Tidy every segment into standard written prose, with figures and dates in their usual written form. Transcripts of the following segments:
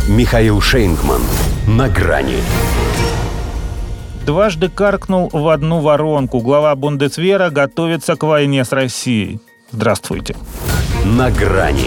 Михаил Шейнгман. На грани. Дважды каркнул в одну воронку. Глава Бундесвера готовится к войне с Россией. Здравствуйте. На грани.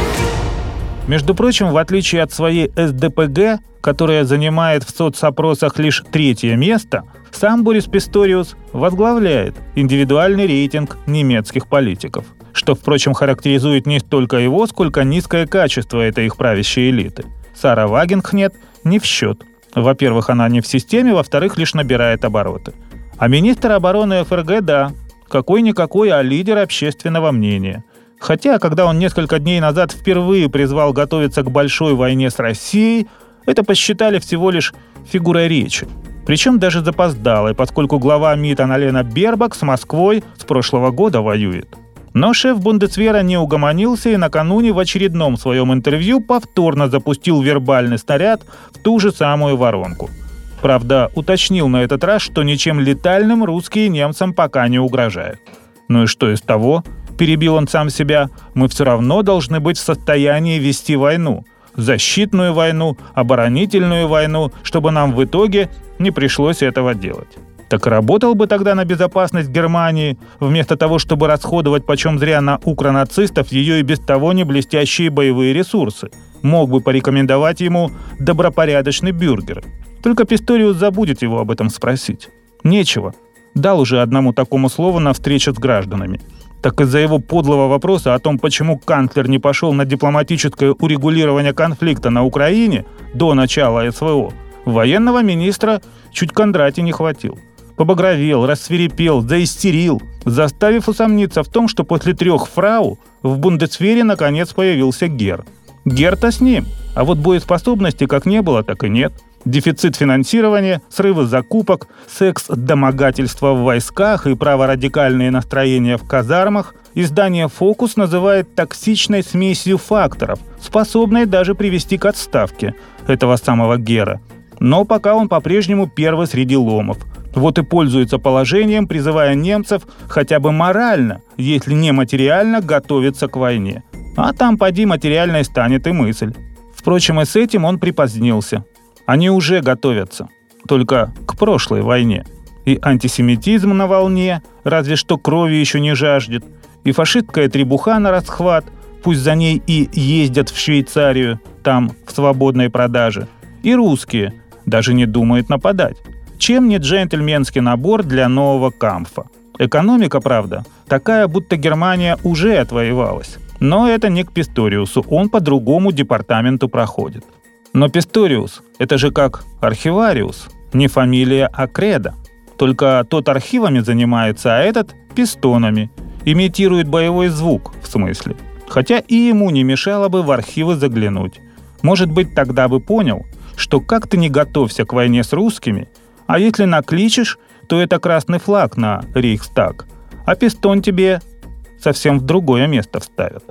Между прочим, в отличие от своей СДПГ, которая занимает в соцопросах лишь 3-е место, сам Борис Писториус возглавляет индивидуальный рейтинг немецких политиков, что, впрочем, характеризует не столько его, сколько низкое качество этой их правящей элиты. Сара Вагенкнехт не в счет. Во-первых, она не в системе, во-вторых, лишь набирает обороты. А министр обороны ФРГ, да, какой-никакой, а лидер общественного мнения. Хотя, когда он несколько дней назад впервые призвал готовиться к большой войне с Россией, это посчитали всего лишь фигурой речи. Причем даже запоздалой, поскольку глава МИД Анналена Бербок с Москвой с прошлого года воюет. Но шеф Бундесвера не угомонился и накануне в очередном своем интервью повторно запустил вербальный снаряд в ту же самую воронку. Правда, уточнил на этот раз, что ничем летальным русские немцам пока не угрожают. Ну и что из того? Перебил он сам себя. Мы все равно должны быть в состоянии вести войну. Защитную войну, оборонительную войну, чтобы нам в итоге не пришлось этого делать. Так работал бы тогда на безопасность Германии, вместо того, чтобы расходовать почем зря на укронацистов ее и без того не блестящие боевые ресурсы. Мог бы порекомендовать ему добропорядочный бюргер. Только Писториус забудет его об этом спросить. Нечего. Дал уже одному такому слову на встрече с гражданами. Так из-за его подлого вопроса о том, почему канцлер не пошел на дипломатическое урегулирование конфликта на Украине до начала СВО, военного министра чуть Кондратий не хватил. Побагровел, рассвирепел, заистерил, заставив усомниться в том, что после 3 фрау в Бундесвере наконец появился Гер. Гер-то с ним, а вот боеспособности как не было, так и нет. Дефицит финансирования, срывы закупок, секс-домогательства в войсках и праворадикальные настроения в казармах издание «Фокус» называет токсичной смесью факторов, способной даже привести к отставке этого самого Гера. Но пока он по-прежнему первый среди ломов. Вот и пользуется положением, призывая немцев хотя бы морально, если не материально, готовиться к войне. А там поди материальной станет и мысль. Впрочем, и с этим он припозднился. Они уже готовятся, только к прошлой войне. И антисемитизм на волне, разве что крови еще не жаждет, и фашистская требуха на расхват, пусть за ней и ездят в Швейцарию, там в свободной продаже, и русские даже не думают нападать. Чем не джентльменский набор для нового камфа? Экономика, правда, такая, будто Германия уже отвоевалась. Но это не к Писториусу, он по другому департаменту проходит. Но Писториус – это же как архивариус, не фамилия, а кредо. Только тот архивами занимается, а этот – пистонами. Имитирует боевой звук, в смысле. Хотя и ему не мешало бы в архивы заглянуть. Может быть, тогда бы понял, что как ты не готовься к войне с русскими, а если накличешь, то это красный флаг на Рейхстаг, а пистон тебе совсем в другое место вставят.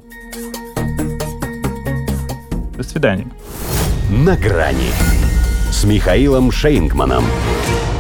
До свидания. На грани с Михаилом Шейнгманом.